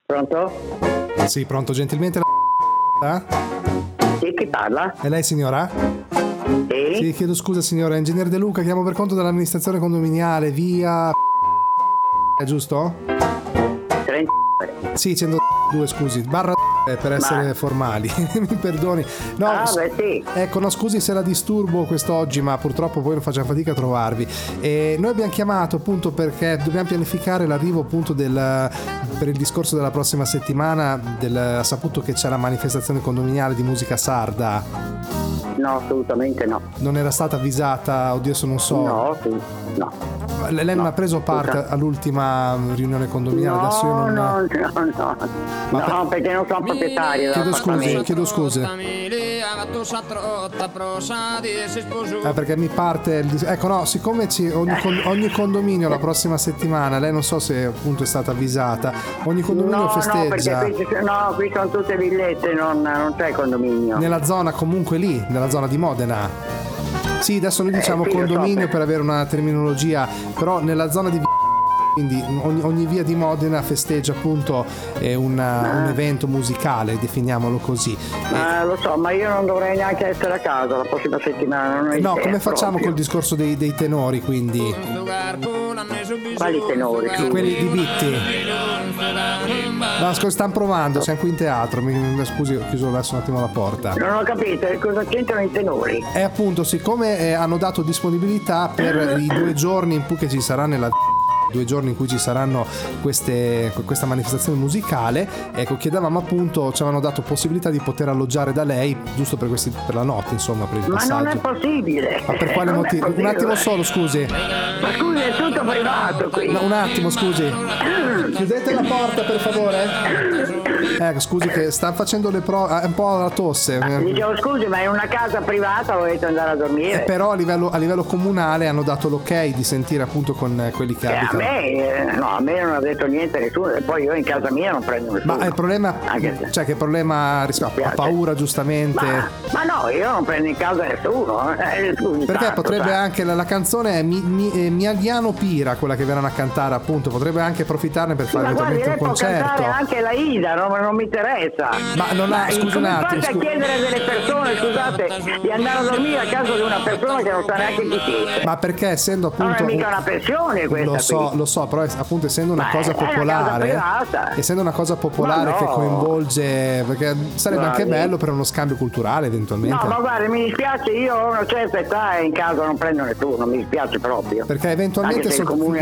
Pronto? Sì, pronto, gentilmente Sì, chi parla? È lei, signora? Sì? Sì, chiedo scusa, signora. Ingegnere De Luca, chiamo per conto dell'amministrazione condominiale, via... È giusto? 30. Sì, 102, scusi, barra per essere formali. Mi perdoni. No, beh, sì. Ecco, no, scusi se la disturbo quest'oggi, ma purtroppo poi non facciamo fatica a trovarvi. E noi abbiamo chiamato appunto perché dobbiamo pianificare l'arrivo appunto per il discorso della prossima settimana. Ha saputo che c'è la manifestazione condominiale di musica sarda. No, assolutamente no. Non era stata avvisata, oddio, se non so. No, sì, no. Lei non ha preso parte all'ultima riunione condominiale? No, adesso io non... No, perché non sono proprietario. Chiedo scuse. Perché mi parte ecco, no, siccome ogni condominio la prossima settimana, lei non so se appunto è stata avvisata, ogni condominio festeggia. No, perché qui sono tutte villette, non c'è condominio. Nella zona comunque lì, nella zona di Modena. Sì, adesso noi diciamo condominio per avere una terminologia, però nella zona di quindi ogni via di Modena festeggia appunto un evento musicale, definiamolo così. Lo so, ma io non dovrei neanche essere a casa la prossima settimana. No, come facciamo col discorso dei tenori, quindi? Quali tenori? Quelli di Bitti. No, stanno provando, siamo qui in teatro. Scusi, ho chiuso adesso un attimo la porta. Non ho capito, cosa c'entrano i tenori? E appunto, siccome hanno dato disponibilità per i 2 giorni in cui che ci sarà 2 giorni in cui ci saranno questa manifestazione musicale, ecco, chiedevamo appunto, ci avevano dato possibilità di poter alloggiare da lei giusto per la notte, insomma, per il passaggio. Ma non è possibile. Ma per quale motivo? Un attimo solo, scusi. Ma scusi, è tutto privato qui. No, un attimo, scusi. Chiudete la porta, per favore. Scusi che sta facendo le prove, un po' la tosse. Dicevo, scusi, ma in una casa privata volete andare a dormire? Però a livello comunale hanno dato l'ok di sentire appunto con quelli che abitano. A me non ha detto niente nessuno, e poi io in casa mia non prendo nessuno. Ma il problema, cioè che problema ha paura, giustamente? Ma no, io non prendo in casa nessuno. Scusi, perché potrebbe anche la canzone è Miagliano Pira, quella che verranno a cantare appunto, potrebbe anche approfittarne per fare eventualmente un concerto. Ma cantare anche la Ida, non mi interessa. Ma non ha, scusi un attimo. Fate a chiedere delle persone, scusate, di andare a dormire a casa di una persona che non sa neanche chi siete. Ma perché essendo appunto... Non è mica una pensione questa. Lo so, però appunto essendo una cosa popolare, essendo una cosa popolare che coinvolge, perché sarebbe anche bello per uno scambio culturale eventualmente. No, ma guarda, mi dispiace, io ho una certa età e in casa non prendo nessuno, mi dispiace proprio. Perché eventualmente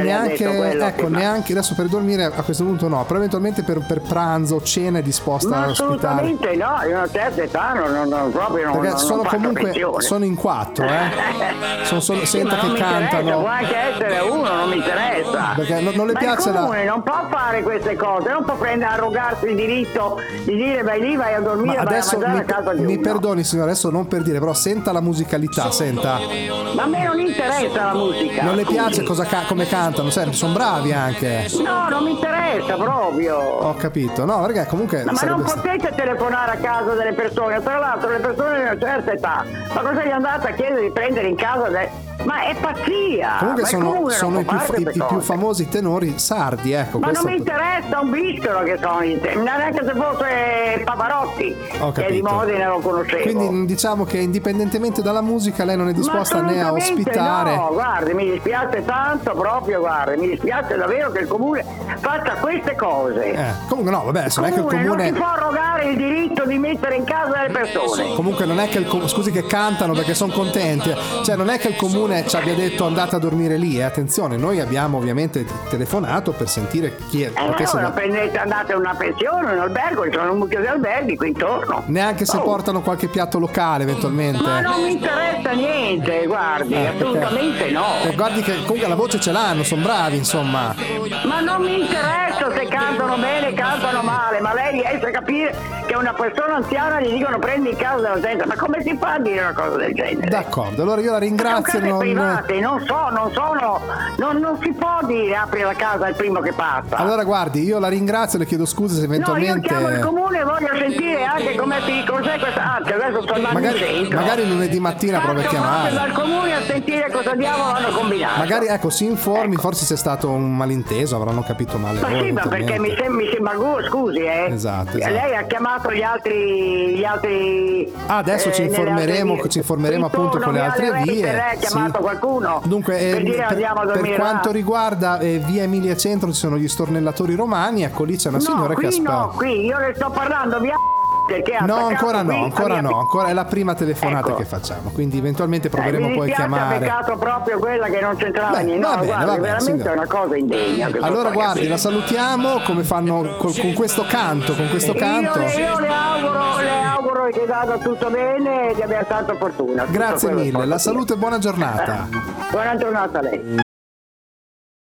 neanche adesso per dormire a questo punto no, però eventualmente per pranzo, cena è disposta a ospitare. Assolutamente no, io ho una certa età non proprio non. Perché sono comunque pensione. sono in 4, sono solo, senta che cantano. Può anche essere uno, non mi interessa. Perché non le piace il comune non può fare queste cose, non può prendere a arrogarsi il diritto di dire vai a dormire, ma adesso vai a mangiare a casa di uno. Mi perdoni signora, adesso non per dire, però senta la musicalità, senta. Ma a me non interessa la musica. Non le piace come cantano, sono bravi anche. No, non mi interessa proprio. Ho capito, no, perché comunque ma non potete telefonare a casa delle persone, tra l'altro le persone di una certa età, ma cosa gli andate a chiedere di prendere in casa ma è pazzia. Comunque sono i più famosi tenori sardi, ecco. Ma non mi interessa un bistolo che sono neanche se fosse Pavarotti, che è di Modena, lo conoscevo. Quindi diciamo che indipendentemente dalla musica lei non è disposta né a ospitare. No, guardi, mi dispiace tanto proprio, guardi, mi dispiace davvero che il comune faccia queste cose. Comunque no, vabbè, non è che il comune non si può arrogare il diritto di mettere in casa le persone. Comunque non è che scusi che cantano perché sono contenti, cioè non è che il comune ci abbia detto andate a dormire lì, attenzione, noi abbiamo ovviamente telefonato per sentire chi è. Allora prendete, andate a una pensione, un albergo, ci sono mucchio di alberghi qui intorno. Neanche se portano qualche piatto locale eventualmente. Ma non mi interessa niente, guardi, assolutamente no. Guardi che comunque la voce ce l'hanno, sono bravi, insomma. Ma non mi interessa se cantano bene, cantano male, ma lei riesce a capire che una persona anziana gli dicono prendi in casa della gente, ma come si fa a dire una cosa del genere? D'accordo, allora io la ringrazio. Private, non si può dire apri la casa al primo che passa. Allora guardi, io la ringrazio, le chiedo scusa se eventualmente. No, io chiamo il comune e voglio sentire anche cos'è questa. Anzi, adesso sto andando in centro. Magari lunedì mattina prova a chiamare. Dal comune a sentire cosa diavolo hanno combinato. Magari si informi, forse c'è stato un malinteso, avranno capito male. Ma sì, ma perché mi sembra scusi, Esatto. Lei ha chiamato gli altri Adesso ci informeremo appunto con le altre vie. Lei ha chiamato qualcuno? Dunque, per dire andiamo a per dormire quanto là. riguarda via Emilia Centro ci sono gli stornellatori romani, ecco lì c'è una signora che aspetta. Qui io le sto parlando via perché ha No, attaccato ancora qui no, ancora è la prima telefonata che facciamo, quindi eventualmente proveremo poi a chiamare. Mi peccato proprio quella che non c'entrava niente. No, guardi, veramente signora. è una cosa indegna. Allora guardi, la salutiamo come fanno con questo canto, Io le auguro che vada tutto bene e che abbia tanta fortuna. Grazie mille, la salute e buona giornata. Buona giornata a lei.